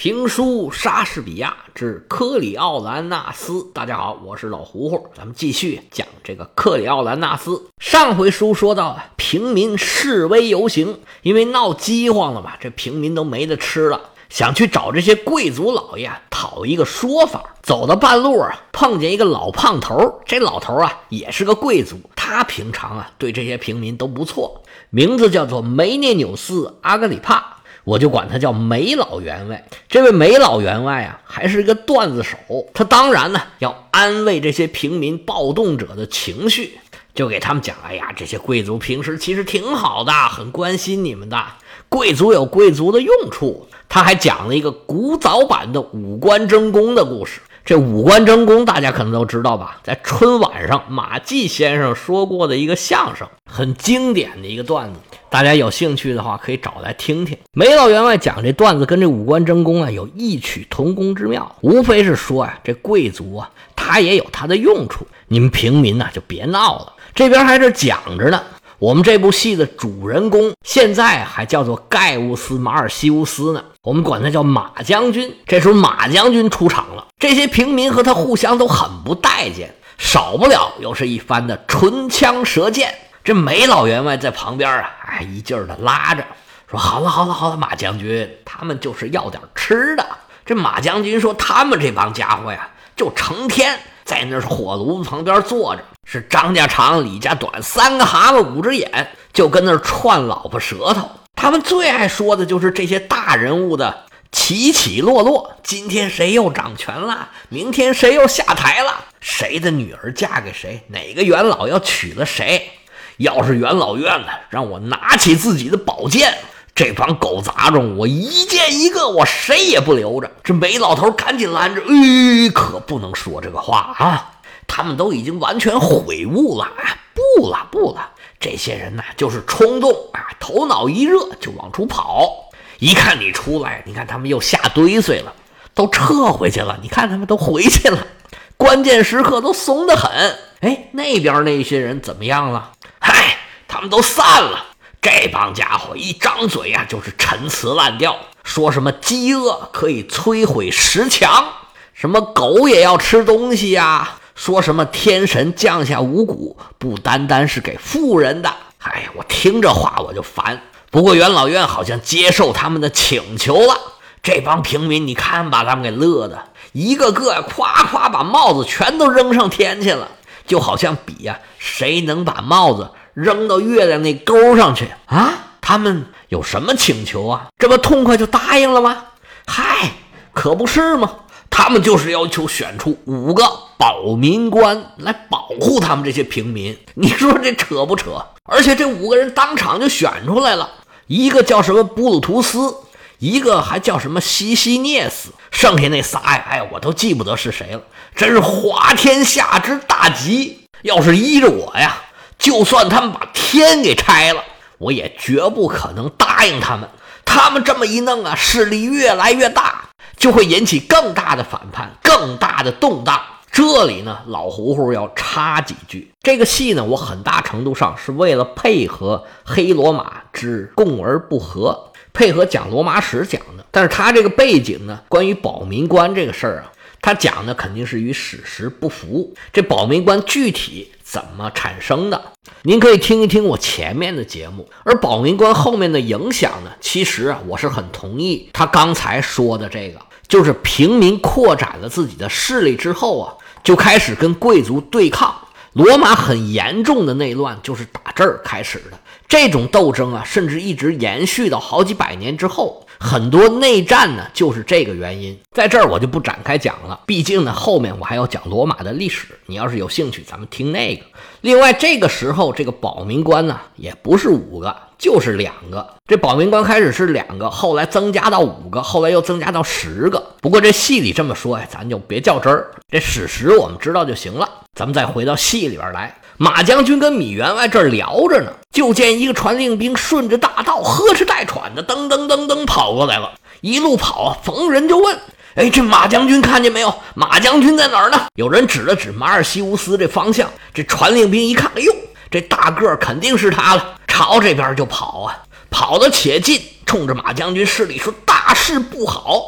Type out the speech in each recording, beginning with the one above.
评书莎士比亚之克里奥兰纳斯。大家好，我是老胡胡，咱们继续讲这个克里奥兰纳斯。上回书说到平民示威游行，因为闹饥荒了嘛，这平民都没得吃了，想去找这些贵族老爷讨一个说法。走到半路碰见一个老胖头，这老头也是个贵族，他平常对这些平民都不错，名字叫做梅涅纽斯阿格里帕，我就管他叫梅老员外。这位梅老员外还是一个段子手，他当然呢要安慰这些平民暴动者的情绪，就给他们讲，这些贵族平时其实挺好的，很关心你们的，贵族有贵族的用处。他还讲了一个古早版的五官争功的故事。这五官争功大家可能都知道吧，在春晚上马季先生说过的一个相声，很经典的一个段子，大家有兴趣的话可以找来听听。梅老员外讲这段子跟这五官争功有异曲同工之妙，无非是说这贵族他也有他的用处，你们平民就别闹了。这边还是讲着呢，我们这部戏的主人公现在还叫做盖乌斯·马尔西乌斯呢，我们管他叫马将军。这时候马将军出场了，这些平民和他互相都很不待见，少不了又是一番的唇枪舌剑。这梅老员外在旁边一劲儿的拉着说，好了马将军，他们就是要点吃的。这马将军说，他们这帮家伙就成天在那火炉子旁边坐着，是张家长李家短，三个蛤蟆五只眼，就跟那串老婆舌头。他们最爱说的就是这些大人物的起起落落，今天谁又掌权了，明天谁又下台了，谁的女儿嫁给谁，哪个元老要娶了谁。要是元老院让我拿起自己的宝剑，这帮狗杂种我一见一个，我谁也不留着。这梅老头赶紧拦着，可不能说这个话啊！他们都已经完全悔悟了，不了，这些人就是冲动头脑一热就往出跑。一看你出来，你看他们又下堆碎了，都撤回去了，你看他们都回去了，关键时刻都怂得很。那边那些人怎么样了？他们都散了。这帮家伙一张嘴就是陈词滥调，说什么饥饿可以摧毁石墙，什么狗也要吃东西说什么天神降下五谷不单单是给富人的。我听这话我就烦。不过元老院好像接受他们的请求了，这帮平民你看把他们给乐的，一个个夸夸把帽子全都扔上天去了，就好像比谁能把帽子扔到月亮那钩上去他们有什么请求这么痛快就答应了吗？可不是吗？他们就是要求选出5个保民官来保护他们这些平民，你说这扯不扯？而且这5个人当场就选出来了，一个叫什么布鲁图斯，一个还叫什么西西涅斯，剩下那仨我都记不得是谁了，真是滑天下之大吉。要是依着我就算他们把天给拆了，我也绝不可能答应他们。他们这么一弄势力越来越大，就会引起更大的反叛，更大的动荡。这里呢，老胡胡要插几句。这个戏呢，我很大程度上是为了配合黑罗马之共而不和，配合讲罗马史讲的。但是他这个背景呢，关于保民官这个事儿他讲的肯定是与史实不符。这保民官具体怎么产生的，您可以听一听我前面的节目。而保民官后面的影响呢，其实我是很同意他刚才说的这个，就是平民扩展了自己的势力之后就开始跟贵族对抗。罗马很严重的内乱就是打这儿开始的，这种斗争甚至一直延续到好几百年之后。很多内战呢就是这个原因，在这儿我就不展开讲了，毕竟呢后面我还要讲罗马的历史，你要是有兴趣咱们听那个。另外这个时候这个保民官呢也不是5个，就是2个。这保民官开始是2个，后来增加到5个，后来又增加到10个。不过这戏里这么说咱就别较真儿，这史实我们知道就行了。咱们再回到戏里边来，马将军跟米员外这儿聊着呢，就见一个传令兵顺着大道呵哧带喘的噔噔噔噔跑过来了，一路跑逢人就问，这马将军看见没有？马将军在哪儿呢？有人指了指马尔西乌斯这方向，这传令兵一看，这大个肯定是他了，朝这边就跑跑得且近，冲着马将军施礼说，大事不好，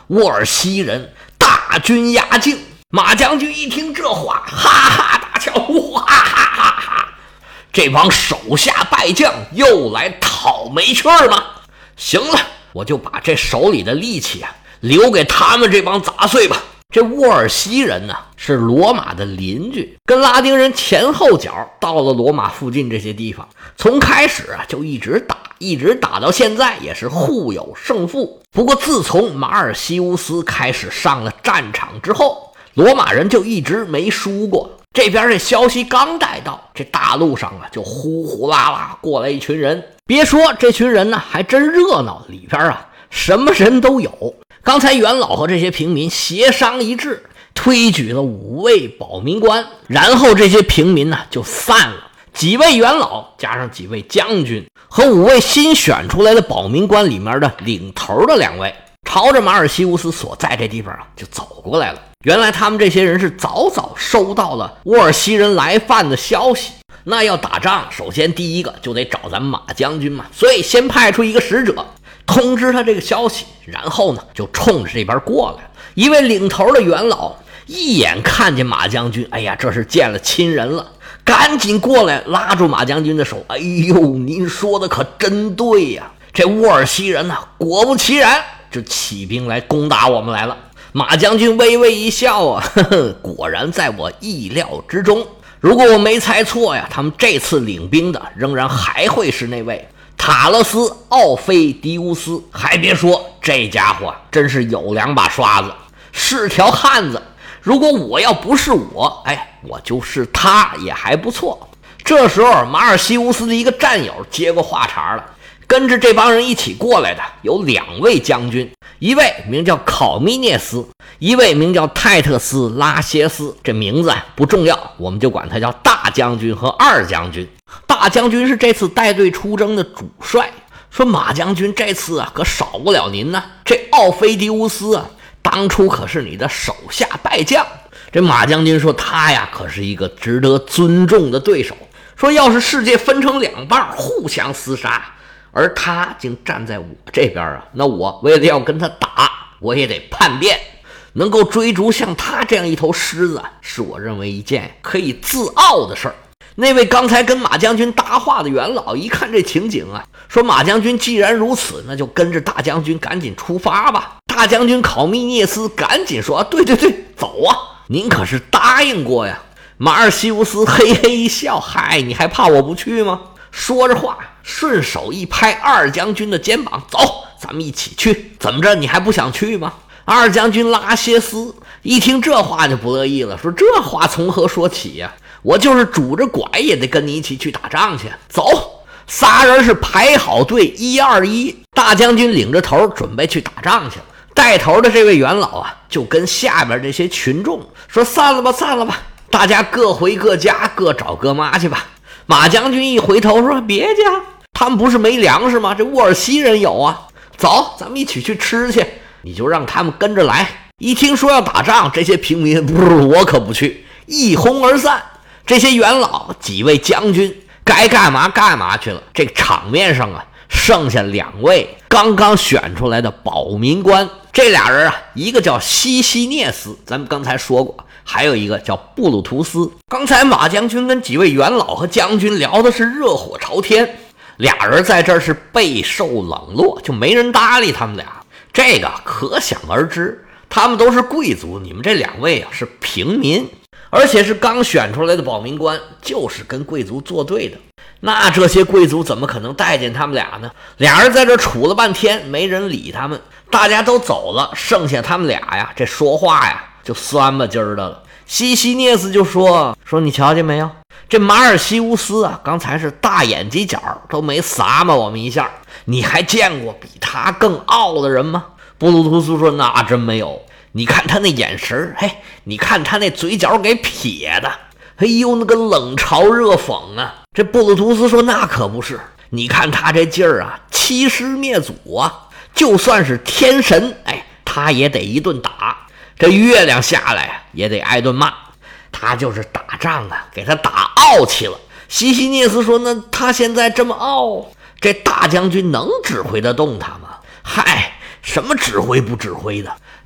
沃尔西人大军压境。马将军一听这话，哈哈大笑，哇哈哈哈！这帮手下败将又来讨没趣儿吗？行了，我就把这手里的力气啊留给他们这帮杂碎吧。这沃尔西人呢是罗马的邻居，跟拉丁人前后脚到了罗马附近这些地方，从开始啊就一直打到现在，也是互有胜负。不过自从马尔西乌斯开始上了战场之后，罗马人就一直没输过。这边这消息刚带到，这大路上啊就呼呼啦啦过来一群人。别说这群人呢还真热闹，里边啊什么人都有。刚才元老和这些平民协商一致，推举了5位保民官，然后这些平民呢就散了。几位元老加上几位将军和5位新选出来的保民官里面的领头的2位，朝着马尔西乌斯所在这地方啊就走过来了。原来他们这些人是早早收到了沃尔西人来犯的消息，那要打仗首先第一个就得找咱们马将军嘛，所以先派出一个使者通知他这个消息，然后呢就冲着这边过来。一位领头的元老一眼看见马将军，哎呀，这是见了亲人了，赶紧过来拉住马将军的手。哎呦，您说的可真对呀，这沃尔西人呢果不其然就起兵来攻打我们来了。马将军微微一笑啊，呵呵，果然在我意料之中。如果我没猜错呀，他们这次领兵的仍然还会是那位塔勒斯·奥菲迪乌斯。还别说，这家伙真是有2把刷子，是条汉子。如果我要不是我，我就是他也还不错。这时候马尔西乌斯的一个战友接过话茬了，跟着这帮人一起过来的有2位将军，一位名叫考密涅斯，一位名叫泰特斯拉歇斯。这名字不重要，我们就管他叫大将军和2将军。大将军是这次带队出征的主帅，说马将军这次可少不了您呢。这奥菲迪乌斯当初可是你的手下败将。这马将军说他呀可是一个值得尊重的对手，说要是世界分成2半互相厮杀，而他竟站在我这边那我为了要跟他打，我也得叛变。能够追逐像他这样一头狮子，是我认为一件可以自傲的事儿。那位刚才跟马将军搭话的元老一看这情景说马将军既然如此，那就跟着大将军赶紧出发吧。大将军考密涅斯赶紧说对，走啊，您可是答应过呀。马尔西乌斯嘿嘿一笑，嗨，你还怕我不去吗？说着话顺手一拍2将军的肩膀，走，咱们一起去。怎么着，你还不想去吗？2将军拉歇斯一听这话就不乐意了，说这话从何说起呀？我就是拄着拐也得跟你一起去打仗去。走，3人是排好队，1、2、1，大将军领着头准备去打仗去了。带头的这位元老就跟下边这些群众说散了吧，大家各回各家，各找各妈去吧。马将军一回头说别家，他们不是没粮食吗？这沃尔西人有啊，走，咱们一起去吃去。你就让他们跟着来。一听说要打仗，这些平民我可不去，一哄而散。这些元老几位将军该干嘛干嘛去了。这个场面上剩下2位刚刚选出来的保民官。这俩人一个叫西西涅斯，咱们刚才说过，还有一个叫布鲁图斯。刚才马将军跟几位元老和将军聊的是热火朝天，俩人在这儿是备受冷落，就没人搭理他们俩。这个可想而知，他们都是贵族，你们这2位是平民，而且是刚选出来的保民官，就是跟贵族作对的。那这些贵族怎么可能待见他们俩呢？俩人在这处了半天，没人理他们，大家都走了，剩下他们俩这说话就酸吧唧的了。西西涅斯就说你瞧见没有，这马尔西乌斯刚才是大眼犄角都没撒嘛我们一下，你还见过比他更傲的人吗？布鲁图斯说那真没有，你看他那眼神，你看他那嘴角给撇的，哎呦，那个冷嘲热讽这布鲁图斯说那可不是，你看他这劲儿欺师灭祖就算是天神他也得一顿打，这月亮下来也得挨顿骂。他就是打仗给他打傲气了。西西涅斯说那他现在这么傲，这大将军能指挥得动他吗？什么指挥不指挥的，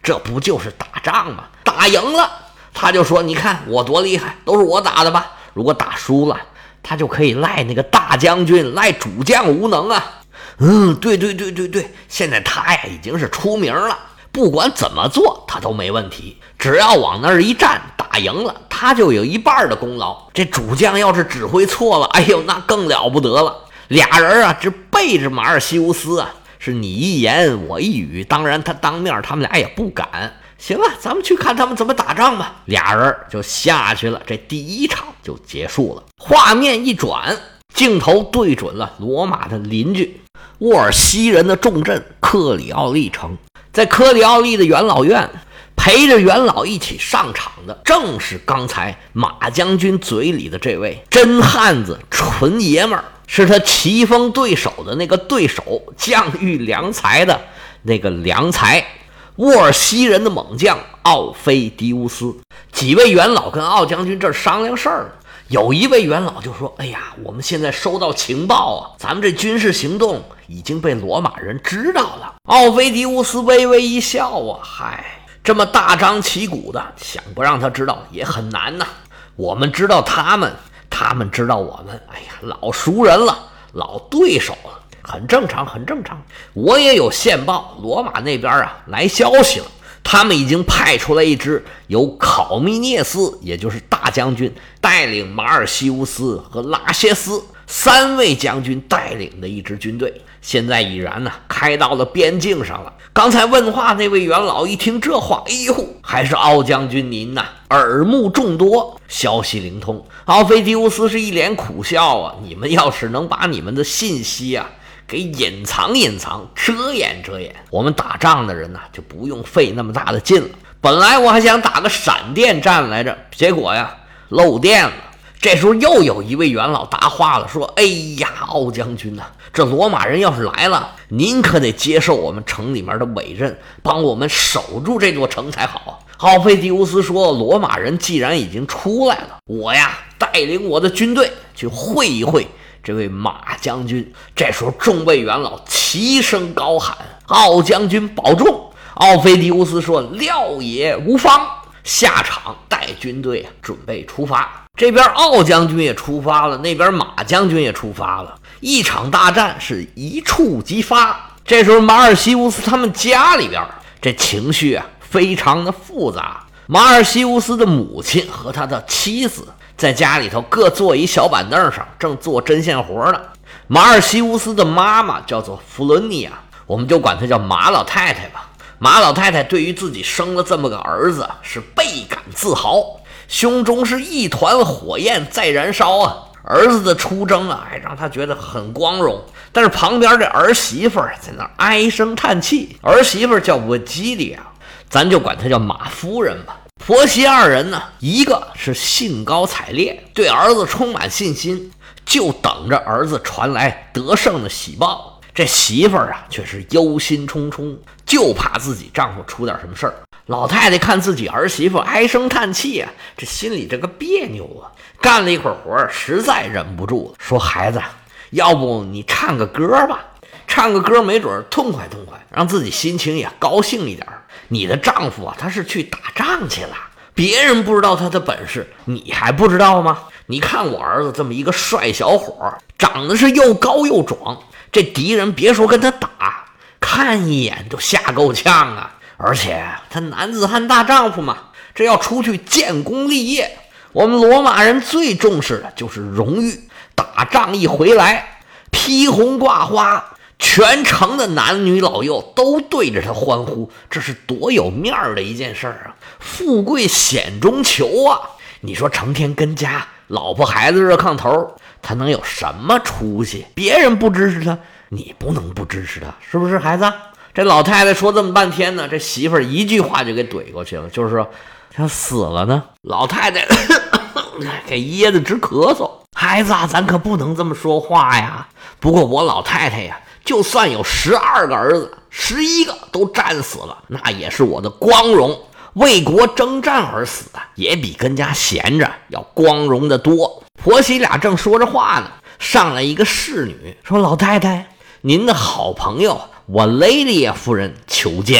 这不就是打仗吗？打赢了，他就说你看我多厉害，都是我打的吧。如果打输了，他就可以赖那个大将军，赖主将无能啊。对，现在他呀已经是出名了，不管怎么做他都没问题，只要往那儿一站，打赢了他就有一半的功劳。这主将要是指挥错了，哎呦那更了不得了。俩人啊这背着马尔西乌斯啊，是你一言我一语，当然他当面他们俩也不敢。行了，咱们去看他们怎么打仗吧。俩人就下去了，这第一场就结束了。画面一转，镜头对准了罗马的邻居沃尔西人的重镇克里奥利城。在克里奥利的元老院，陪着元老一起上场的正是刚才马将军嘴里的这位真汉子纯爷们儿，是他棋逢对手的那个对手，将遇良才的那个良才，沃尔西人的猛将奥菲迪乌斯。几位元老跟奥将军这商量事儿呢，有一位元老就说，哎呀，我们现在收到情报啊，咱们这军事行动已经被罗马人知道了。奥菲迪乌斯微微一笑啊，嗨，这么大张旗鼓的，想不让他知道也很难呐。我们知道他们知道我们，哎呀，老熟人了，老对手了，很正常。我也有线报，罗马那边啊来消息了，他们已经派出来一支由考密涅斯，也就是大将军带领马尔西乌斯和拉谢斯3位将军带领的一支军队，现在已然呢开到了边境上了。刚才问话那位元老一听这话，哎呦，还是奥将军您呐，耳目众多，消息灵通。奥菲迪乌斯是一脸苦笑啊，你们要是能把你们的信息啊给隐藏，遮掩，我们打仗的人呢就不用费那么大的劲了。本来我还想打个闪电战来着，结果呀漏电了。这时候又有一位元老答话了，说，哎呀，奥将军呐，这罗马人要是来了，您可得接受我们城里面的委任，帮我们守住这座城才好。奥菲迪乌斯说，罗马人既然已经出来了，我呀带领我的军队去会一会这位马将军。这时候众位元老齐声高喊，奥将军保重。奥菲迪乌斯说，料也无妨。下场带军队准备出发，这边奥将军也出发了，那边马将军也出发了，一场大战是一触即发。这时候马尔西乌斯他们家里边这情绪啊非常的复杂。马尔西乌斯的母亲和他的妻子在家里头各坐一小板凳上，正做针线活呢。马尔西乌斯的妈妈叫做弗伦尼亚，我们就管她叫马老太太吧。马老太太对于自己生了这么个儿子是倍感自豪，胸中是一团火焰在燃烧啊！儿子的出征啊，让她觉得很光荣。但是旁边这儿媳妇在那唉声叹气，儿媳妇叫维基利亚，咱就管她叫马夫人吧。婆媳二人呢，一个是兴高采烈，对儿子充满信心，就等着儿子传来得胜的喜报。这媳妇啊却是忧心忡忡，就怕自己丈夫出点什么事儿。老太太看自己儿媳妇唉声叹气啊，这心里这个别扭啊，干了一会儿活实在忍不住了，说，孩子，要不你唱个歌吧，唱个歌没准痛快痛快，让自己心情也高兴一点。你的丈夫啊他是去打仗去了，别人不知道他的本事，你还不知道吗？你看我儿子这么一个帅小伙，长得是又高又壮，这敌人别说跟他打，看一眼就吓够呛啊！而且他男子汉大丈夫嘛，这要出去建功立业，我们罗马人最重视的就是荣誉。打仗一回来，披红挂花，全城的男女老幼都对着他欢呼，这是多有面儿的一件事啊！富贵险中求啊！你说成天跟家老婆孩子热炕头，他能有什么出息？别人不支持他，你不能不支持他，是不是孩子？这老太太说这么半天呢，这媳妇儿一句话就给怼过去了，就是说他死了呢。老太太给噎得直咳嗽。孩子啊，咱可不能这么说话呀。不过我老太太呀，就算有12个儿子，11个都战死了，那也是我的光荣。为国征战而死啊，也比跟家闲着要光荣的多。婆媳俩正说着话呢，上来一个侍女，说，老太太，您的好朋友我雷利亚夫人求见。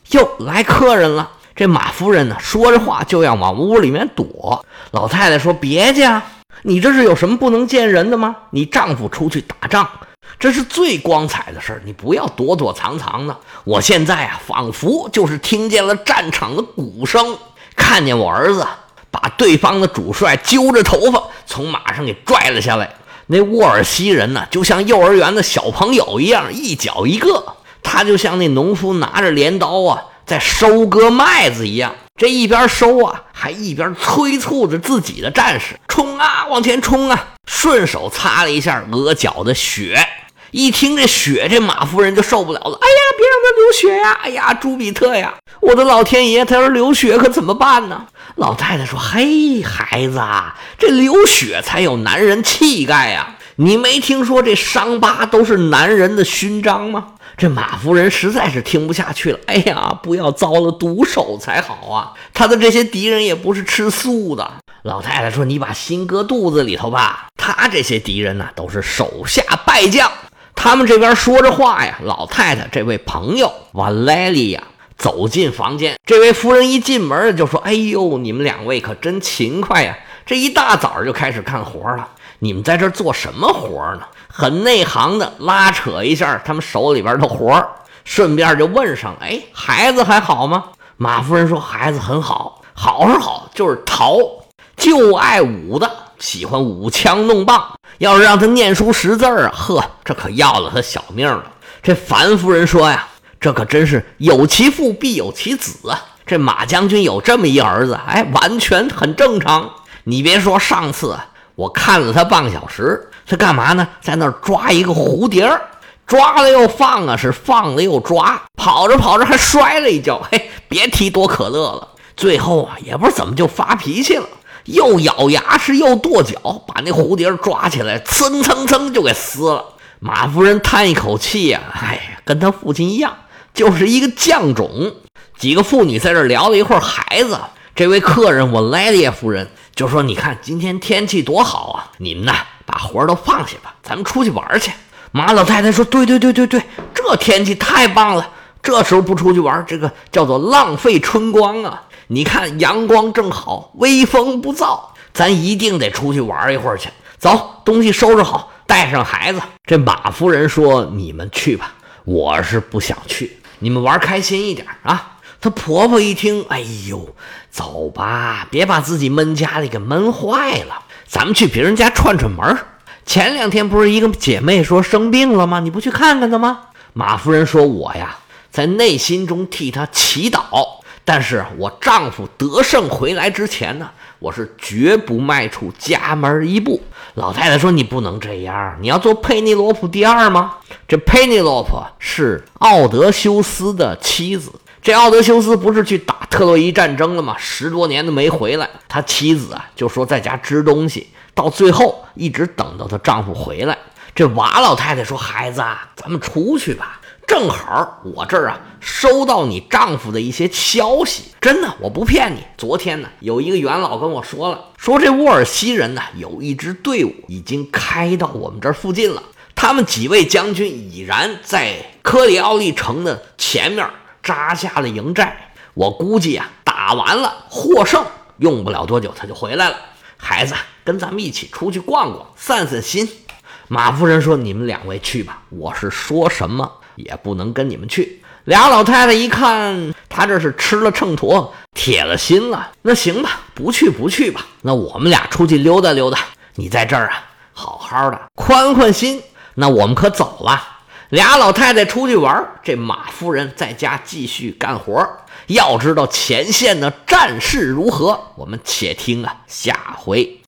哟，来客人了。这马夫人呢，说着话就要往屋里面躲。老太太说：“别介啊，你这是有什么不能见人的吗？你丈夫出去打仗，这是最光彩的事儿，你不要躲躲藏藏的。我现在啊，仿佛就是听见了战场的鼓声，看见我儿子把对方的主帅揪着头发从马上给拽了下来。那沃尔西人呢，就像幼儿园的小朋友一样，一脚一个。他就像那农夫拿着镰刀啊，在收割麦子一样。这一边收啊，还一边催促着自己的战士冲啊，往前冲啊！顺手擦了一下额角的血。一听这血，这马夫人就受不了了。哎呀，别让他流血呀！哎呀，朱比特呀，我的老天爷，他要是流血可怎么办呢？老太太说：“嘿，孩子啊，这流血才有男人气概呀！你没听说这伤疤都是男人的勋章吗？”这马夫人实在是听不下去了。哎呀，不要遭了毒手才好啊！他的这些敌人也不是吃素的。老太太说：“你把心搁肚子里头吧。他这些敌人呢，都是手下败将。”他们这边说着话呀，老太太这位朋友瓦莱利亚走进房间。这位夫人一进门就说：“哎呦，你们两位可真勤快呀！这一大早就开始干活了。你们在这做什么活呢？”很内行的拉扯一下他们手里边的活，顺便就问上：“哎，孩子还好吗？”马夫人说：“孩子很好，好是好，就是淘，就爱武的，喜欢舞枪弄棒。要是让他念书识字啊，呵，这可要了他小命了。”这樊夫人说呀：“这可真是有其父必有其子啊！这马将军有这么一儿子，哎，完全很正常。你别说，上次我看了他半个小时。他干嘛呢？在那儿抓一个蝴蝶，抓了又放啊，是放了又抓，跑着跑着还摔了一跤。嘿，别提多可乐了。最后啊，也不知道怎么就发脾气了，又咬牙是又跺脚，把那蝴蝶抓起来，蹭蹭蹭就给撕了。马夫人叹一口气呀，哎呀，跟他父亲一样，就是一个犟种。几个妇女在这聊了一会儿孩子，这位客人我莱列夫人就说：“你看今天天气多好啊，你们呢把活都放下吧，咱们出去玩去。”马老太太说：“对，这天气太棒了，这时候不出去玩，这个叫做浪费春光啊！你看阳光正好，微风不燥，咱一定得出去玩一会儿去。走，东西收拾好，带上孩子。”这马夫人说：“你们去吧，我是不想去，你们玩开心一点啊。”她婆婆一听，哎呦，走吧，别把自己闷家里给闷坏了，咱们去别人家串串门。前2天不是一个姐妹说生病了吗？你不去看看她吗？马夫人说：“我呀，在内心中替她祈祷，但是我丈夫得胜回来之前呢，我是绝不迈出家门一步。”老太太说：“你不能这样，你要做佩内罗普第二吗？”这佩内罗普是奥德修斯的妻子。这奥德修斯不是去打特洛伊战争了吗？10多年都没回来。他妻子啊就说在家支东西，到最后一直等到她丈夫回来。这瓦老太太说：“孩子啊，咱们出去吧，正好我这儿啊收到你丈夫的一些消息，真的，我不骗你。昨天呢，有一个元老跟我说了，说这沃尔西人呢有一支队伍已经开到我们这儿附近了，他们几位将军已然在科里奥利城的前面扎下了营寨，我估计啊，打完了获胜，用不了多久他就回来了。孩子，跟咱们一起出去逛逛，散散心。”马夫人说：“你们两位去吧，我是说什么也不能跟你们去。”俩老太太一看，他这是吃了秤砣，铁了心了。那行吧，不去吧。那我们俩出去溜达溜达，你在这儿啊，好好的宽宽心。那我们可走了。俩老太太出去玩，这马夫人在家继续干活。要知道前线的战事如何，我们且听啊下回。